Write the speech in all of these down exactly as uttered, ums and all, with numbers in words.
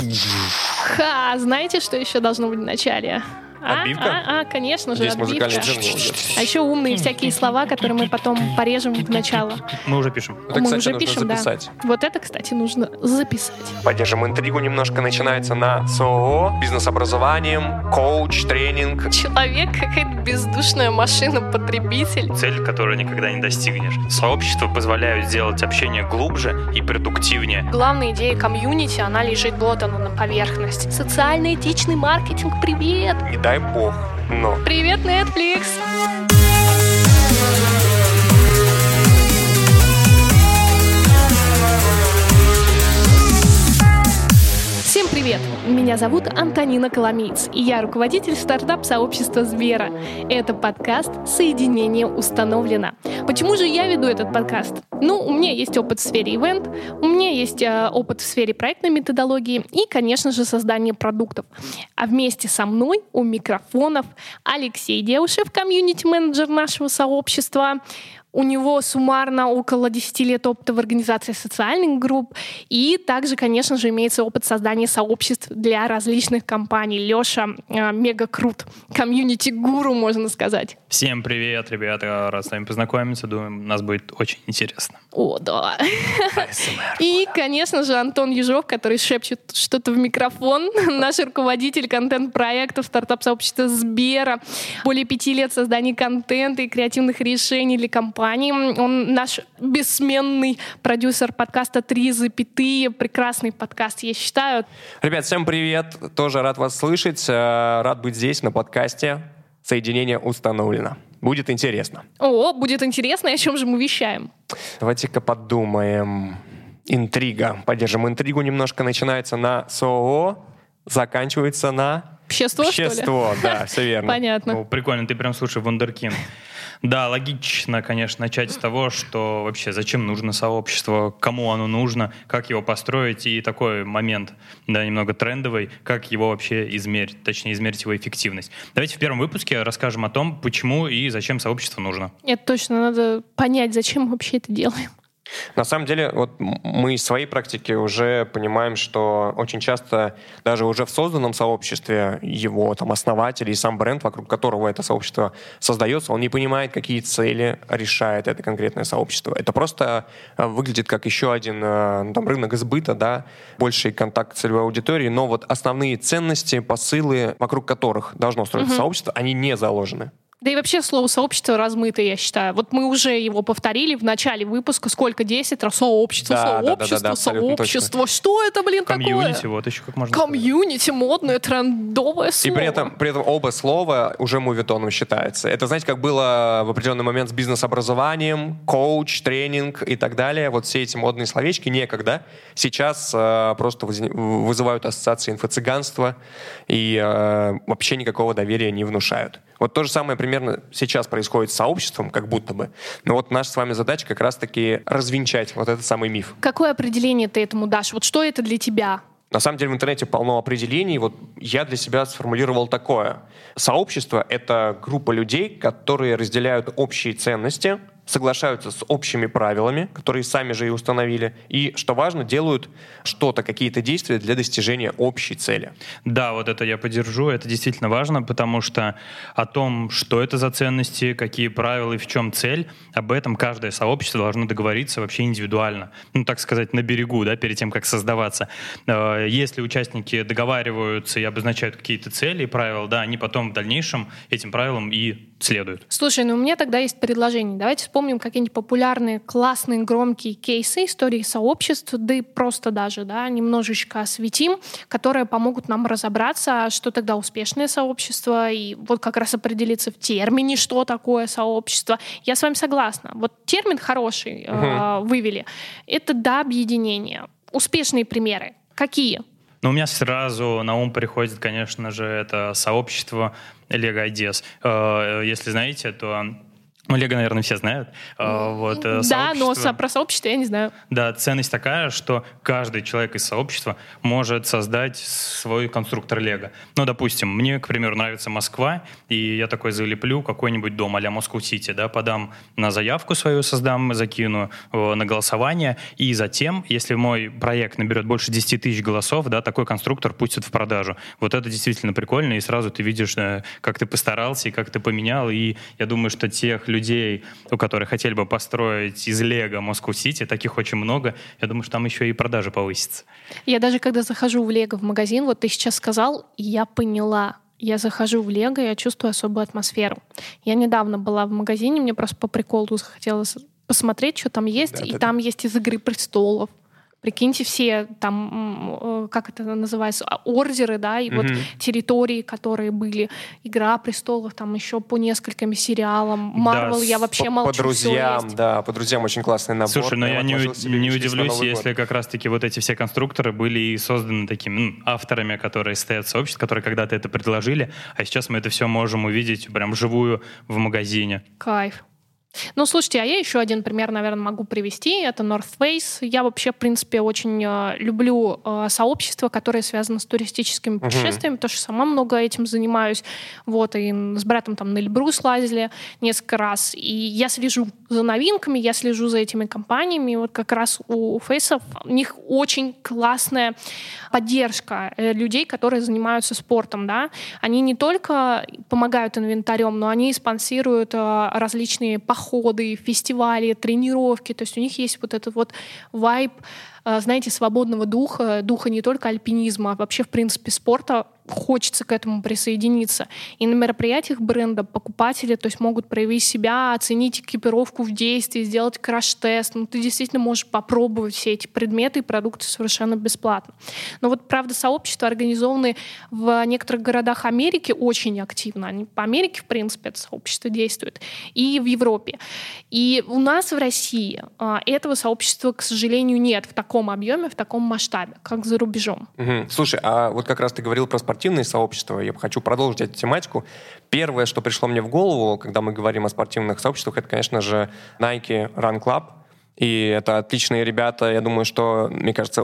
Ха, знаете, что еще должно быть в начале? А, Отбивка? А, а, конечно же, Здесь отбивка. музыкальный джингл идет. А еще умные всякие слова, которые мы потом порежем в начало. Мы уже пишем. Это, мы кстати, уже нужно пишем, записать. да. Вот это, кстати, нужно записать. Поддержим интригу немножко. Начинается на СОО, бизнес-образованием, коуч, тренинг. Человек какая-то бездушная машина-потребитель. Цель, которую никогда не достигнешь. Сообщества позволяют сделать общение глубже и продуктивнее. Главная идея комьюнити, она лежит вот она на поверхности. Социально-этичный маркетинг, привет! Не дай бог, но... Привет, Netflix! Всем привет! Меня зовут Антонина Коломиец, и я руководитель стартап-сообщества Сбера. Это подкаст «Соединение установлено». Почему же я веду этот подкаст? Ну, у меня есть опыт в сфере ивент, у меня есть э, опыт в сфере проектной методологии и, конечно же, создания продуктов. А вместе со мной у микрофонов Алексей Деушев, комьюнити-менеджер нашего сообщества. У него суммарно около десять лет опыта в организации социальных групп. И также, конечно же, имеется опыт создания сообществ для различных компаний. Леша э, мега крут. Комьюнити-гуру, можно сказать. Всем привет, ребята. Рад с вами познакомиться. Думаю, у нас будет очень интересно. О, да. И, конечно же, Антон Ежов, который шепчет что-то в микрофон. Наш руководитель контент-проектов стартап-сообщества Сбера. Более пяти лет создания контента и креативных решений для компаний. Он наш бессменный продюсер подкаста «Три запятые». Прекрасный подкаст, я считаю. Ребят, всем привет. Тоже рад вас слышать. Рад быть здесь, на подкасте. Соединение установлено. Будет интересно. О, будет интересно. И о чем же мы вещаем? Давайте-ка подумаем. Интрига. Поддержим интригу немножко. Начинается на СОО, заканчивается на... Пщество, Пщество, что ли? да, все верно. Понятно. О, прикольно, ты прям слушай вундеркинд. Да, логично, конечно, начать с того, что вообще зачем нужно сообщество, кому оно нужно, как его построить, и такой момент, да, немного трендовый, как его вообще измерить, точнее, измерить его эффективность. Давайте в первом выпуске расскажем о том, почему и зачем сообщество нужно. Это точно, надо понять, зачем мы вообще это делаем. На самом деле, вот мы из своей практики уже понимаем, что очень часто даже уже в созданном сообществе его там основатель и сам бренд, вокруг которого это сообщество создается, он не понимает, какие цели решает это конкретное сообщество. Это просто выглядит как еще один там, рынок сбыта, да, больший контакт с целевой аудиторией, но вот основные ценности, посылы, вокруг которых должно строиться угу. сообщество, они не заложены. Да и вообще слово «сообщество» размыто, я считаю. Вот мы уже его повторили в начале выпуска. Сколько? десять раз? Сообщество, да, сообщество, да, да, да, сообщество. Что это, блин, Комьюнити, такое? вот еще как можно Комьюнити, сказать. модное, трендовое слово. И при этом, при этом оба слова уже мувитоном считается. Это, знаете, как было в определенный момент с бизнес-образованием, коуч, тренинг и так далее. Вот все эти модные словечки некогда сейчас э, просто воз... вызывают ассоциации инфо-цыганства и э, вообще никакого доверия не внушают. Вот то же самое примерно сейчас происходит с сообществом, как будто бы. Но вот наша с вами задача как раз-таки развенчать вот этот самый миф. Какое определение ты этому дашь? Вот что это для тебя? На самом деле в интернете полно определений. Вот я для себя сформулировал такое. Сообщество — это группа людей, которые разделяют общие ценности, соглашаются с общими правилами, которые сами же и установили, и, что важно, делают что-то, какие-то действия для достижения общей цели. Да, вот это я поддержу, это действительно важно, потому что о том, что это за ценности, какие правила и в чем цель, об этом каждое сообщество должно договориться вообще индивидуально, ну, так сказать, на берегу, да, перед тем, как создаваться. Если участники договариваются и обозначают какие-то цели и правила, да, они потом в дальнейшем этим правилам и следуют. Слушай, ну у меня тогда есть предложение. Давайте вспомним какие-нибудь популярные, классные, громкие кейсы истории сообществ, да и просто даже, да, немножечко осветим, которые помогут нам разобраться, что тогда успешное сообщество, и вот как раз определиться в термине, что такое сообщество. Я с вами согласна. Вот термин хороший угу. э, вывели. Это, да, объединение. Успешные примеры. Какие? Ну, у меня сразу на ум приходит, конечно же, это сообщество Lego Ideas. Если знаете, то Ну, Лего, наверное, все знают. Вот, да, сообщество... но про сообщество я не знаю. Да, ценность такая, что каждый человек из сообщества может создать свой конструктор Лего. Ну, допустим, мне, к примеру, нравится Москва, и я такой залеплю какой-нибудь дом а-ля Москва-Сити, да, подам на заявку свою, создам, закину на голосование, и затем, если мой проект наберет больше десять тысяч голосов, да, такой конструктор пустят в продажу. Вот это действительно прикольно, и сразу ты видишь, как ты постарался и как ты поменял, и я думаю, что тех людей, людей, у которых хотели бы построить из Лего Москву-Сити, таких очень много. Я думаю, что там еще и продажи повысятся. Я даже когда захожу в Лего в магазин, вот ты сейчас сказал, я поняла. Я захожу в Лего, я чувствую особую атмосферу. Я недавно была в магазине, мне просто по приколу захотелось посмотреть, что там есть, да, и да, там да. есть из «Игры престолов». Прикиньте, все там, как это называется, ордеры, да, и mm-hmm. вот территории, которые были. «Игра престолов», там еще по нескольким сериалам. «Марвел» да, я вообще по, молчу. По друзьям, да, по друзьям очень классный набор. Слушай, но я не, не удивлюсь, если как раз-таки вот эти все конструкторы были и созданы такими ну, авторами, которые стоят в сообществе, которые когда-то это предложили, а сейчас мы это все можем увидеть прям вживую в магазине. Кайф. Ну, слушайте, а я еще один пример, наверное, могу привести. Это North Face. Я вообще, в принципе, очень э, люблю э, сообщества, которые связаны с туристическими путешествиями, uh-huh. потому что сама много этим занимаюсь. Вот, и с братом там на Эльбрус лазили несколько раз. И я слежу за новинками, я слежу за этими компаниями. И вот как раз у Фейсов у них очень классная поддержка людей, которые занимаются спортом, да. Они не только помогают инвентарем, но они спонсируют э, различные походы, ходы, фестивали, тренировки. То есть у них есть вот этот вот вайб, знаете, свободного духа, духа не только альпинизма, а вообще, в принципе, спорта. Хочется к этому присоединиться. И на мероприятиях бренда покупатели, то есть, могут проявить себя, оценить экипировку в действии, сделать краш-тест. Ну, ты действительно можешь попробовать все эти предметы и продукты совершенно бесплатно. Но вот, правда, сообщества организованы в некоторых городах Америки очень активно. Они по Америке, в принципе, это сообщество действует. И в Европе. И у нас в России а, этого сообщества, к сожалению, нет в таком объеме, в таком масштабе, как за рубежом. Угу. Слушай, а вот как раз ты говорил про спортивные сообщества, я хочу продолжить эту тематику. Первое, что пришло мне в голову, когда мы говорим о спортивных сообществах, это, конечно же, Nike Run Club. И это отличные ребята. Я думаю, что, мне кажется,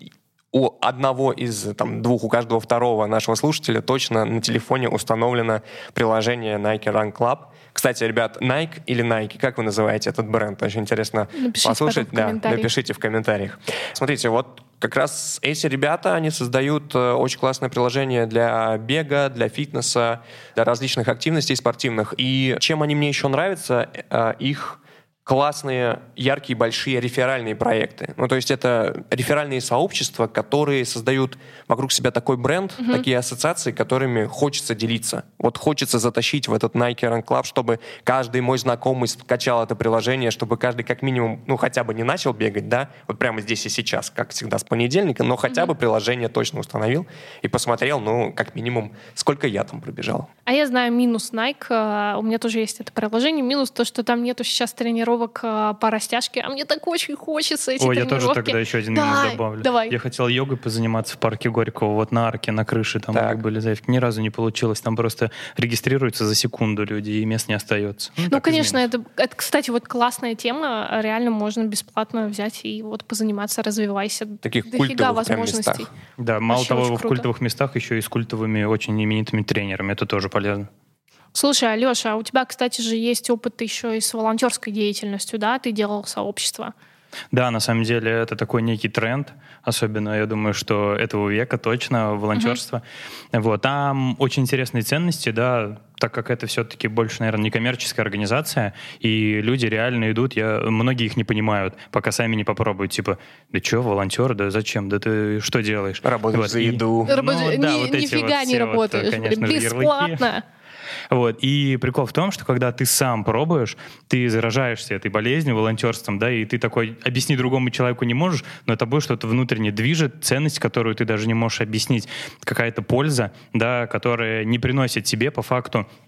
у одного из, там, двух, у каждого второго нашего слушателя точно на телефоне установлено приложение Nike Run Club. Кстати, ребят, Nike или Nike, как вы называете этот бренд? Очень интересно напишите послушать. В да, напишите в комментариях. Смотрите, вот как раз эти ребята, они создают очень классное приложение для бега, для фитнеса, для различных активностей спортивных. И чем они мне еще нравятся, их классные, яркие, большие реферальные проекты. Ну, то есть это реферальные сообщества, которые создают вокруг себя такой бренд, mm-hmm. такие ассоциации, которыми хочется делиться. Вот хочется затащить в этот Nike Run Club, чтобы каждый мой знакомый скачал это приложение, чтобы каждый как минимум, ну, хотя бы не начал бегать, да, вот прямо здесь и сейчас, как всегда, с понедельника, но хотя mm-hmm. бы приложение точно установил и посмотрел, ну, как минимум, сколько я там пробежал. А я знаю минус Nike, у меня тоже есть это приложение, минус то, что там нету сейчас тренировок по растяжке, а мне так очень хочется эти Ой, тренировки. я тоже тогда еще один минус добавлю. Давай. Я хотел йогой позаниматься в парке Горького, вот на арке, на крыше, там так. были заявки. Ни разу не получилось, там просто регистрируются за секунду люди, и мест не остается. Ну, ну конечно, это, это, кстати, вот классная тема, реально можно бесплатно взять и вот позаниматься, развивайся. Таких культовых местах. Да, мало Вообще того, в круто. культовых местах еще и с культовыми, очень именитыми тренерами, это тоже полезно. Слушай, Алёша, а у тебя, кстати же, есть опыт еще и с волонтерской деятельностью, да? Ты делал сообщество. Да, на самом деле это такой некий тренд, особенно, я думаю, что этого века точно, волонтерство. Uh-huh. Вот, там очень интересные ценности, да, так как это все-таки больше, наверное, некоммерческая организация, и люди реально идут, я, многие их не понимают, пока сами не попробуют, типа, да что, волонтер, да зачем, да ты что делаешь? Работаешь вот, за еду. И, Работ... ну, да, ни, вот нифига вот не работаешь, вот, конечно, бесплатно. Вот. И прикол в том, что когда ты сам пробуешь, ты заражаешься этой болезнью, волонтерством, да, и ты такой объяснить другому человеку не можешь, но это будет что-то внутренне движет, ценность, которую ты даже не можешь объяснить, какая-то польза, да, которая не приносит тебе по факту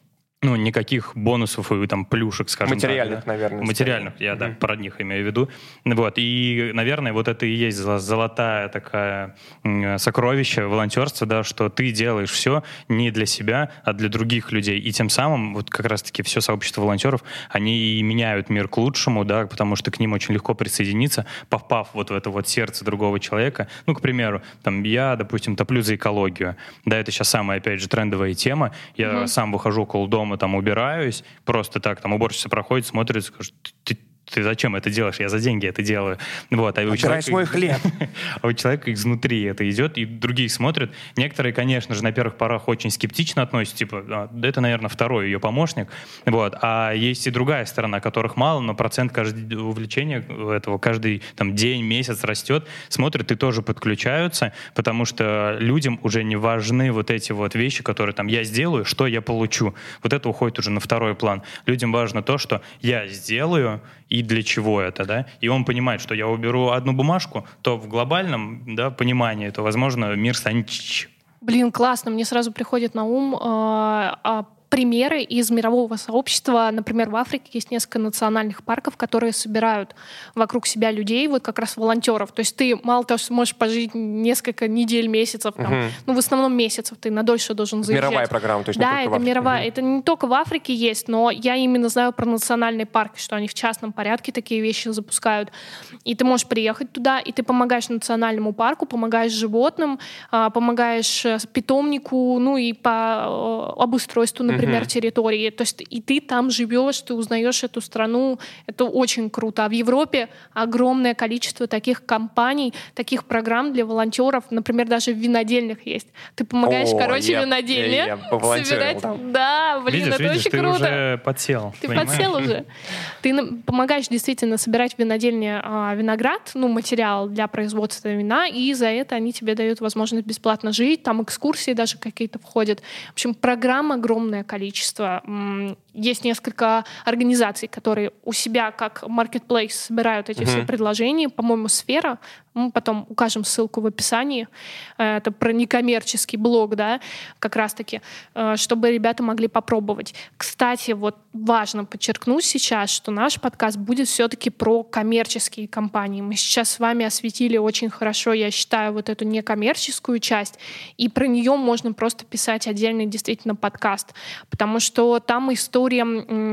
ну, никаких бонусов и там плюшек, скажем материальных, так. Да? наверное. Материальных, я, mm-hmm. да, про них имею в виду. Вот, и, наверное, вот это и есть золотая такая сокровище волонтерства, да, что ты делаешь все не для себя, а для других людей. И тем самым вот как раз-таки все сообщество волонтеров, они и меняют мир к лучшему, да, потому что к ним очень легко присоединиться, попав вот в это вот сердце другого человека. Ну, к примеру, там, я, допустим, топлю за экологию. Да, это сейчас самая, опять же, трендовая тема. Я mm-hmm. сам выхожу около дома, там убираюсь, просто так, там уборщица проходит, смотрит, скажет, ты, ты зачем это делаешь? Я за деньги это делаю. Вот, а у человека, мой хлеб. А у человека изнутри это идет, и другие смотрят. Некоторые, конечно же, на первых порах очень скептично относятся, типа, да, это, наверное, второй ее помощник. Вот. А есть и другая сторона, которых мало, но процент каждого увлечения этого каждый там, день, месяц растет, смотрят и тоже подключаются, потому что людям уже не важны вот эти вот вещи, которые там я сделаю, что я получу. Вот это уходит уже на второй план. Людям важно то, что я сделаю, и для чего это, да? И он понимает, что я уберу одну бумажку, то в глобальном, да, понимании, то, возможно, мир станет... Блин, классно. Мне сразу приходит на ум э, э, примеры из мирового сообщества. Например, в Африке есть несколько национальных парков, которые собирают вокруг себя людей, вот как раз волонтеров. То есть ты мало того, что можешь пожить несколько недель, месяцев, там, угу. ну, в основном месяцев, ты на дольше должен заезжать. Мировая программа, то есть да, не только это в Африке. мировая. Угу. Это не только в Африке есть, но я именно знаю про национальные парки, что они в частном порядке такие вещи запускают. И ты можешь приехать туда, и ты помогаешь национальному парку, помогаешь животным, помогаешь питомнику, ну и по обустройству, например, например, территории. То есть и ты там живешь, ты узнаешь эту страну. Это очень круто. А в Европе огромное количество таких компаний, таких программ для волонтеров. Например, даже в винодельнях есть. Ты помогаешь, О, короче, я, винодельне я, я собирать. Там. Да, блин, видишь, это видишь, очень ты круто. Ты уже подсел. Ты понимаешь? подсел уже. Ты помогаешь действительно собирать в винодельне а, виноград, ну, материал для производства вина, и за это они тебе дают возможность бесплатно жить. Там экскурсии даже какие-то входят. В общем, программ огромное количество. Есть несколько организаций, которые у себя как marketplace собирают эти mm-hmm. все предложения. По-моему, «Сфера». Мы потом укажем ссылку в описании. Это про некоммерческий блог, да, как раз-таки, чтобы ребята могли попробовать. Кстати, вот важно подчеркнуть сейчас, что наш подкаст будет все-таки про коммерческие компании. Мы сейчас с вами осветили очень хорошо, я считаю, вот эту некоммерческую часть, и про нее можно просто писать отдельный действительно подкаст, потому что там история,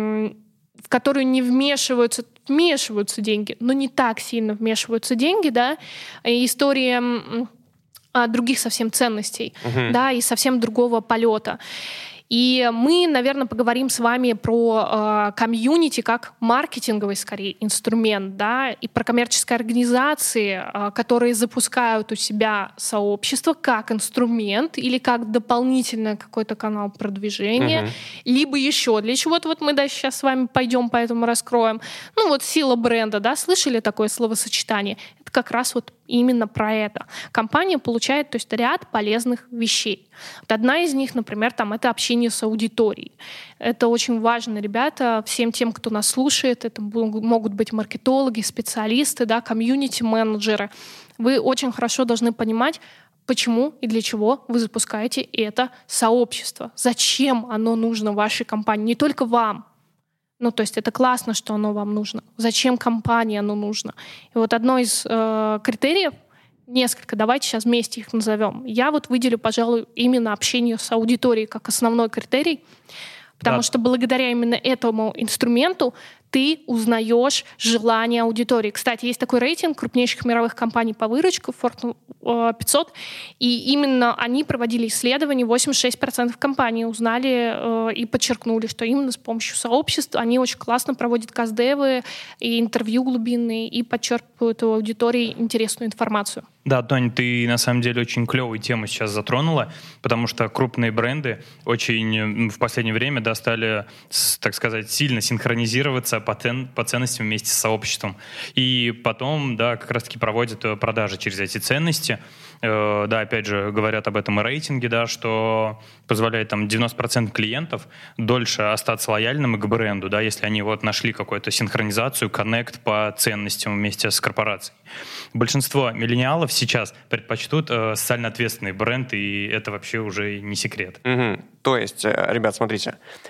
в которую не вмешиваются, вмешиваются деньги, но не так сильно вмешиваются деньги, да, и история других совсем ценностей, uh-huh. да, и совсем другого полета. И мы, наверное, поговорим с вами про э, комьюнити как маркетинговый, скорее, инструмент, да, и про коммерческие организации, э, которые запускают у себя сообщество как инструмент или как дополнительный какой-то канал продвижения, uh-huh. либо еще для чего-то. Вот мы дальше сейчас с вами пойдем, поэтому раскроем. Ну вот сила бренда, да, слышали такое словосочетание? Это как раз вот именно про это. Компания получает, то есть, ряд полезных вещей. Вот одна из них, например, там, это общение с аудиторией. Это очень важно, ребята, всем тем, кто нас слушает. Это могут быть маркетологи, специалисты, да, комьюнити-менеджеры. Вы очень хорошо должны понимать, почему и для чего вы запускаете это сообщество. Зачем оно нужно вашей компании, не только вам. Ну, то есть это классно, что оно вам нужно. Зачем компании оно нужно? И вот одно из э, критериев, несколько, давайте сейчас вместе их назовем. Я вот выделю, пожалуй, именно общение с аудиторией как основной критерий, потому да. что благодаря именно этому инструменту ты узнаешь желание аудитории. Кстати, есть такой рейтинг крупнейших мировых компаний по выручке, Fortune пятьсот, и именно они проводили исследования, восемьдесят шесть процентов компаний узнали э, и подчеркнули, что именно с помощью сообществ они очень классно проводят каздевы и интервью глубинные и подчеркивают у аудитории интересную информацию. Да, Тонь, ты на самом деле очень клевую тему сейчас затронула, потому что крупные бренды очень в последнее время да, стали, так сказать, сильно синхронизироваться по, цен, по ценностям вместе с сообществом. И потом, да, как раз-таки проводят продажи через эти ценности. Э, да, опять же, говорят об этом и рейтинге, да, что позволяет там девяносто процентов клиентов дольше остаться лояльным к бренду, да, если они вот нашли какую-то синхронизацию, коннект по ценностям вместе с корпорацией. Большинство миллениалов сейчас предпочтут э, социально ответственный бренд, и это вообще уже не секрет. Угу. То есть, ребят, смотрите,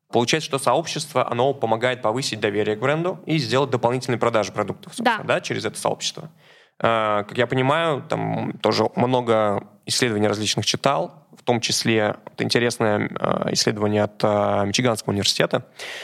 Получается, что сообщество, оно помогает повысить доверие к бренду и сделать дополнительные продажи продуктов, собственно, да. Да, через это сообщество. Как я понимаю, там тоже много исследований различных читал, в том числе интересное исследование от Мичиганского университета.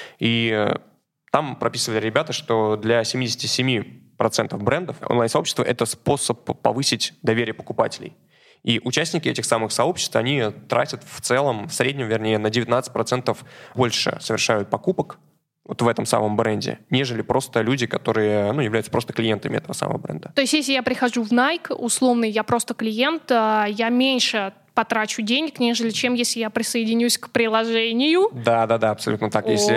И там прописывали ребята, что для семьдесят семь процентов брендов онлайн-сообщество — это способ повысить доверие покупателей. И участники этих самых сообществ, они тратят в целом, в среднем, вернее, на девятнадцать процентов больше совершают покупок вот в этом самом бренде, нежели просто люди, которые, ну, являются просто клиентами этого самого бренда. То есть если я прихожу в Nike, условно, я просто клиент, я меньше потрачу денег, нежели чем если я присоединюсь к приложению? Да-да-да, абсолютно так. Если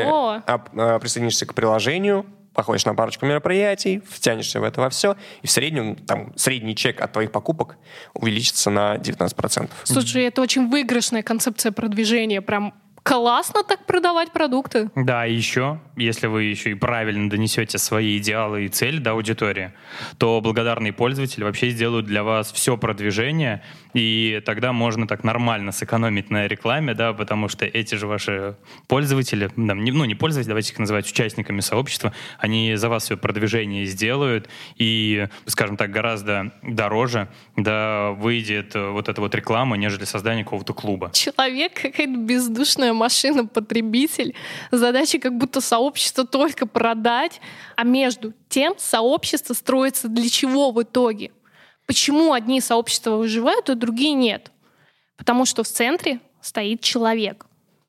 а, присоединишься к приложению, походишь на парочку мероприятий, втянешься в это во все, и в среднем там средний чек от твоих покупок увеличится на девятнадцать процентов. Слушай, это очень выигрышная концепция продвижения, прям классно так продавать продукты. Да, и еще, если вы еще и правильно донесете свои идеалы и цели до аудитории, то благодарные пользователи вообще сделают для вас все продвижение, и тогда можно так нормально сэкономить на рекламе, да, потому что эти же ваши пользователи, да, не, ну не пользователи, давайте их называть участниками сообщества, они за вас все продвижение сделают, и, скажем так, гораздо дороже, да, выйдет вот эта вот реклама, нежели создание какого-то клуба. Человек какая-то бездушная машина-потребитель. Задача как будто сообщество только продать, а между тем сообщество строится для чего в итоге? Почему одни сообщества выживают, а другие нет? Потому что в центре стоит человек.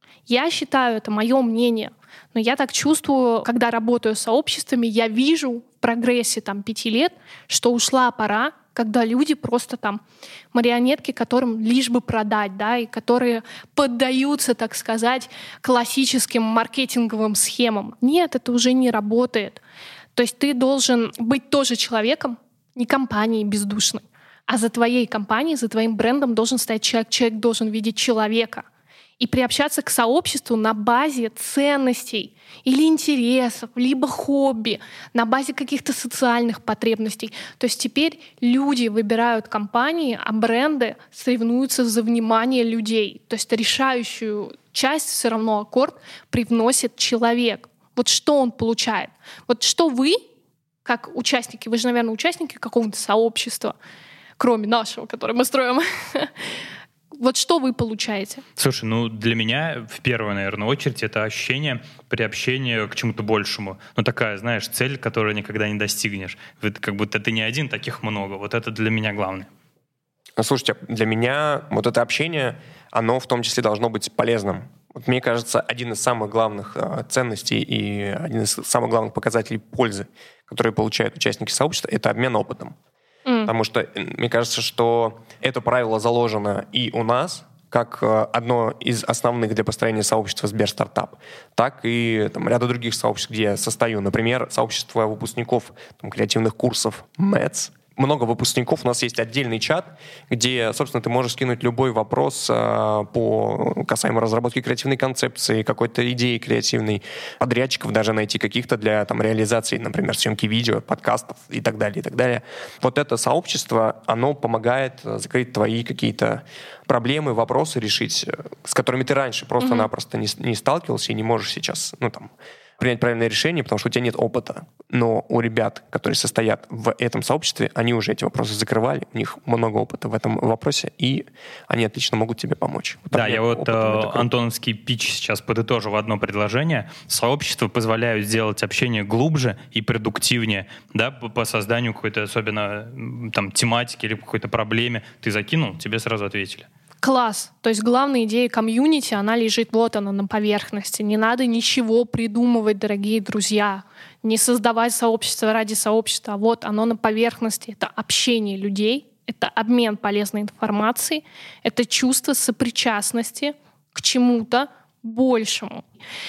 Я считаю, это мое мнение, но я так чувствую, когда работаю с сообществами, я вижу в прогрессе там, пяти лет, что ушла пора, когда люди просто там марионетки, которым лишь бы продать, да, и которые поддаются, так сказать, классическим маркетинговым схемам. Нет, это уже не работает. То есть ты должен быть тоже человеком, не компанией бездушной, а за твоей компанией, за твоим брендом должен стоять человек. Человек должен видеть человека и приобщаться к сообществу на базе ценностей или интересов, либо хобби, на базе каких-то социальных потребностей. То есть теперь люди выбирают компании, а бренды соревнуются за внимание людей. То есть решающую часть все равно аккорд привносит человек. Вот что он получает? Вот что вы, как участники, вы же, наверное, участники какого-то сообщества, кроме нашего, которое мы строим, вот что вы получаете? Слушай, ну для меня в первую, наверное, очередь это ощущение приобщения к чему-то большему. Ну такая, знаешь, цель, которую никогда не достигнешь. Это как будто ты не один, таких много. Вот это для меня главное. Слушайте, для меня вот это общение, оно в том числе должно быть полезным. Вот мне кажется, один из самых главных э, ценностей и один из самых главных показателей пользы, которые получают участники сообщества, это обмен опытом. Mm. Потому что мне кажется, что это правило заложено и у нас, как одно из основных для построения сообщества Сберстартап, так и там, ряда других сообществ, где я состою. Например, сообщество выпускников там, креативных курсов МЭЦ. Много выпускников, у нас есть отдельный чат, где, собственно, ты можешь скинуть любой вопрос э, по касаемо разработки креативной концепции, какой-то идеи креативной, подрядчиков даже найти каких-то для там, реализации, например, съемки видео, подкастов и так далее, и так далее. Вот это сообщество, оно помогает закрыть твои какие-то проблемы, вопросы решить, с которыми ты раньше просто-напросто не, не сталкивался и не можешь сейчас, ну, там, принять правильное решение, потому что у тебя нет опыта. Но у ребят, которые состоят в этом сообществе, они уже эти вопросы закрывали, у них много опыта в этом вопросе, и они отлично могут тебе помочь. Да, я вот э, антоновский питч сейчас подытожу в одно предложение. Сообщества позволяют сделать общение глубже и продуктивнее, да, по, по созданию какой-то особенно там тематики или какой-то проблеме. Ты закинул, тебе сразу ответили. Класс. То есть главная идея комьюнити, она лежит вот она на поверхности. Не надо ничего придумывать, дорогие друзья. Не создавать сообщество ради сообщества. А вот оно на поверхности. Это общение людей, это обмен полезной информацией, это чувство сопричастности к чему-то большему.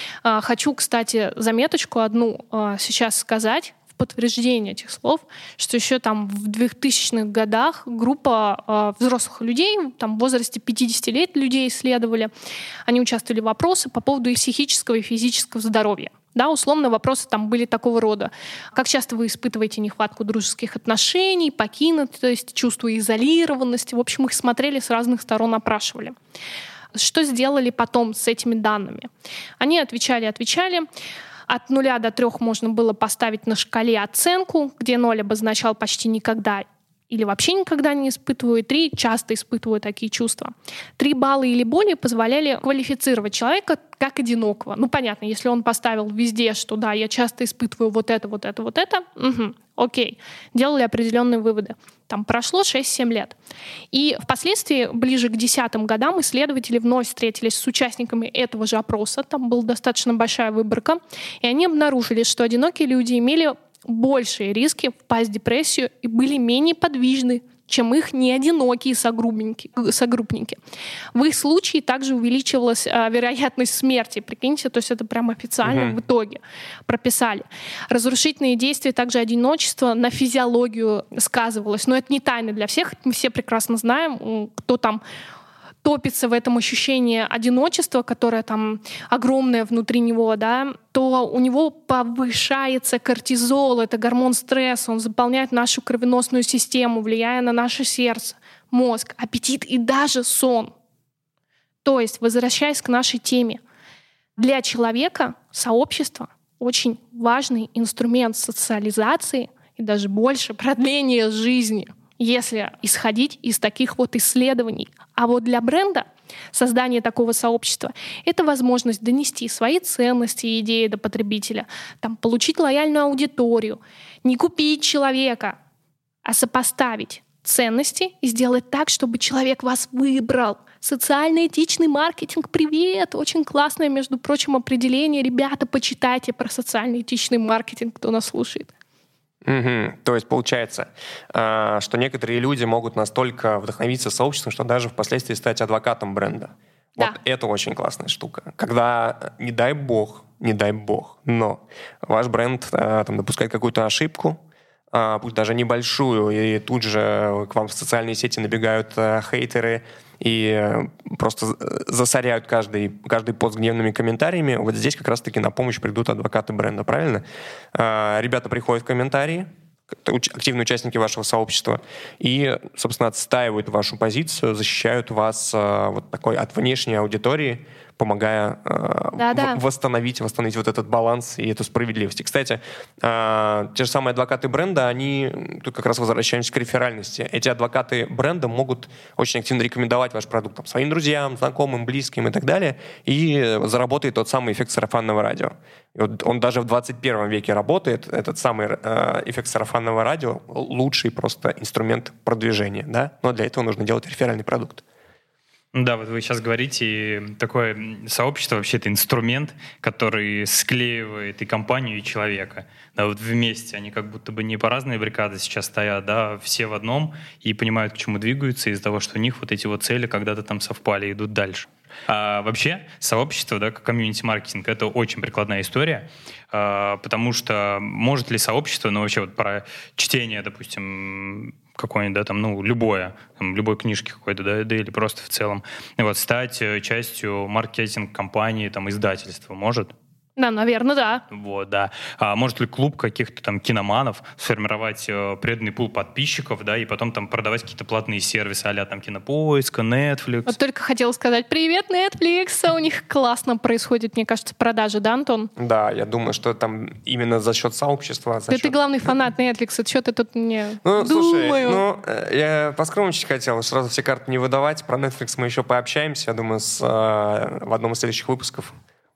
Хочу, кстати, заметочку одну сейчас сказать, подтверждение этих слов, что еще там в двухтысячных годах группа э, взрослых людей, там в возрасте пятидесяти лет людей исследовали, они участвовали в вопросах по поводу их психического и физического здоровья. Да, условно вопросы там были такого рода. Как часто вы испытываете нехватку дружеских отношений, покинут, то есть чувство изолированности. В общем, их смотрели с разных сторон, опрашивали. Что сделали потом с этими данными? Они отвечали, отвечали. От нуля до трех можно было поставить на шкале оценку, где ноль обозначал почти никогда или вообще никогда не испытываю, и три часто испытываю такие чувства. Три балла или более позволяли квалифицировать человека как одинокого. Ну, понятно, если он поставил везде, что да, я часто испытываю вот это, вот это, вот это, угу, окей. Делали определенные выводы. Там прошло шесть-семь лет. И впоследствии, ближе к десятым годам, исследователи вновь встретились с участниками этого же опроса. Там была достаточно большая выборка. И они обнаружили, что одинокие люди имели большие риски впасть в депрессию и были менее подвижны, чем их неодинокие согруппники. согруппники. В их случае также увеличивалась а, вероятность смерти. Прикиньте, то есть это прям официально угу. в итоге прописали. Разрушительные действия, также одиночество на физиологию сказывалось. Но это не тайна для всех. Мы все прекрасно знаем, кто там топится в этом ощущении одиночества, которое там огромное внутри него, да, то у него повышается кортизол, это гормон стресса, он заполняет нашу кровеносную систему, влияя на наше сердце, мозг, аппетит и даже сон. То есть, возвращаясь к нашей теме, для человека сообщество очень важный инструмент социализации и даже больше продления жизни, если исходить из таких вот исследований. А вот для бренда создание такого сообщества — это возможность донести свои ценности и идеи до потребителя, там, получить лояльную аудиторию, не купить человека, а сопоставить ценности и сделать так, чтобы человек вас выбрал. Социально-этичный маркетинг — привет! Очень классное, между прочим, определение. Ребята, почитайте про социально-этичный маркетинг, кто нас слушает. Угу. То есть получается, что некоторые люди могут настолько вдохновиться сообществом, что даже впоследствии стать адвокатом бренда. Да. Вот это очень классная штука. Когда, не дай бог, не дай бог, но ваш бренд там допускает какую-то ошибку, пусть даже небольшую, и тут же к вам в социальные сети набегают хейтеры и просто засоряют каждый, каждый пост гневными комментариями. Вот здесь как раз-таки на помощь придут адвокаты бренда, правильно? Ребята приходят в комментарии, активные участники вашего сообщества, и, собственно, отстаивают вашу позицию, защищают вас вот такой от внешней аудитории, помогая да, в- да. восстановить, восстановить вот этот баланс и эту справедливость. И, кстати, э, те же самые адвокаты бренда, они, тут как раз возвращаемся к реферальности. Эти адвокаты бренда могут очень активно рекомендовать ваш продукт там, своим друзьям, знакомым, близким и так далее, и заработает тот самый эффект сарафанного радио. И вот он даже в двадцать первом веке работает, этот самый э, эффект сарафанного радио, лучший просто инструмент продвижения, да? Но для этого нужно делать реферальный продукт. Да, вот вы сейчас говорите, и такое сообщество вообще это инструмент, который склеивает и компанию, и человека. Да, вот вместе они как будто бы не по разные бригады сейчас стоят, да, все в одном и понимают, к чему двигаются из-за того, что у них вот эти вот цели когда-то там совпали и идут дальше. А вообще сообщество, да, как комьюнити-маркетинг, это очень прикладная история, а, потому что может ли сообщество, ну вообще вот про чтение, допустим, какое-нибудь, да, там, ну, любое, там, любой книжки какой-то, да, да, или просто в целом, вот, стать частью маркетинг-компании, там, издательства может? Да, наверное, да. Вот, да. А может ли клуб каких-то там киноманов сформировать э, преданный пул подписчиков, да, и потом там продавать какие-то платные сервисы а-ля там Кинопоиск, Netflix? Вот только хотела сказать, привет, Netflix, у них классно происходит, мне кажется, продажи, да, Антон? Да, я думаю, что там именно за счет сообщества. За да счет... ты главный фанат Netflix, что ты тут мне ну, думаю? Слушай, ну, я поскромничать хотел, сразу все карты не выдавать. Про Netflix мы еще пообщаемся, я думаю, с, в одном из следующих выпусков.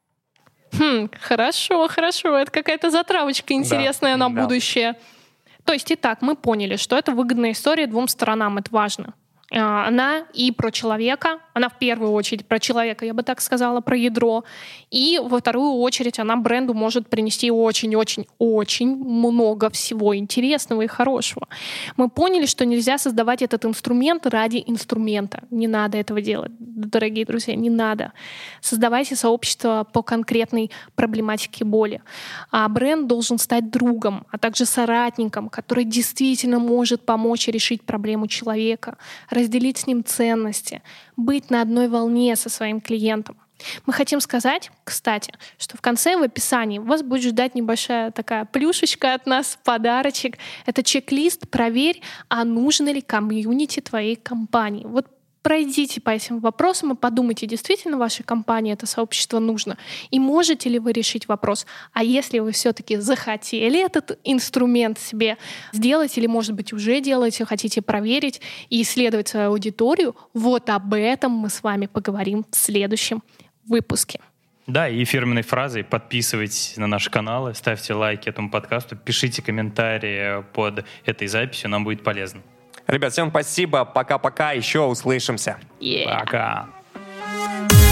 Хм, хорошо, хорошо. Это какая-то затравочка интересная да, на будущее. Да. То есть, итак, мы поняли, что это выгодная история двум сторонам, это важно. Она и про человека, она в первую очередь про человека, я бы так сказала, про ядро, и во вторую очередь она бренду может принести очень-очень-очень много всего интересного и хорошего. Мы поняли, что нельзя создавать этот инструмент ради инструмента. Не надо этого делать, дорогие друзья, не надо. Создавайте сообщество по конкретной проблематике боли. А бренд должен стать другом, а также соратником, который действительно может помочь решить проблему человека, разделить с ним ценности, быть на одной волне со своим клиентом. Мы хотим сказать, кстати, что в конце в описании вас будет ждать небольшая такая плюшечка от нас, подарочек. Это чек-лист «Проверь, а нужно ли комьюнити твоей компании». Вот пройдите по этим вопросам и подумайте, действительно вашей компании это сообщество нужно, и можете ли вы решить вопрос. А если вы все-таки захотели этот инструмент себе сделать, или, может быть, уже делаете, хотите проверить и исследовать свою аудиторию, вот об этом мы с вами поговорим в следующем выпуске. Да, и фирменной фразой: подписывайтесь на наши каналы, ставьте лайки этому подкасту, пишите комментарии под этой записью, нам будет полезно. Ребят, всем спасибо, пока-пока, еще услышимся. Yeah. Пока.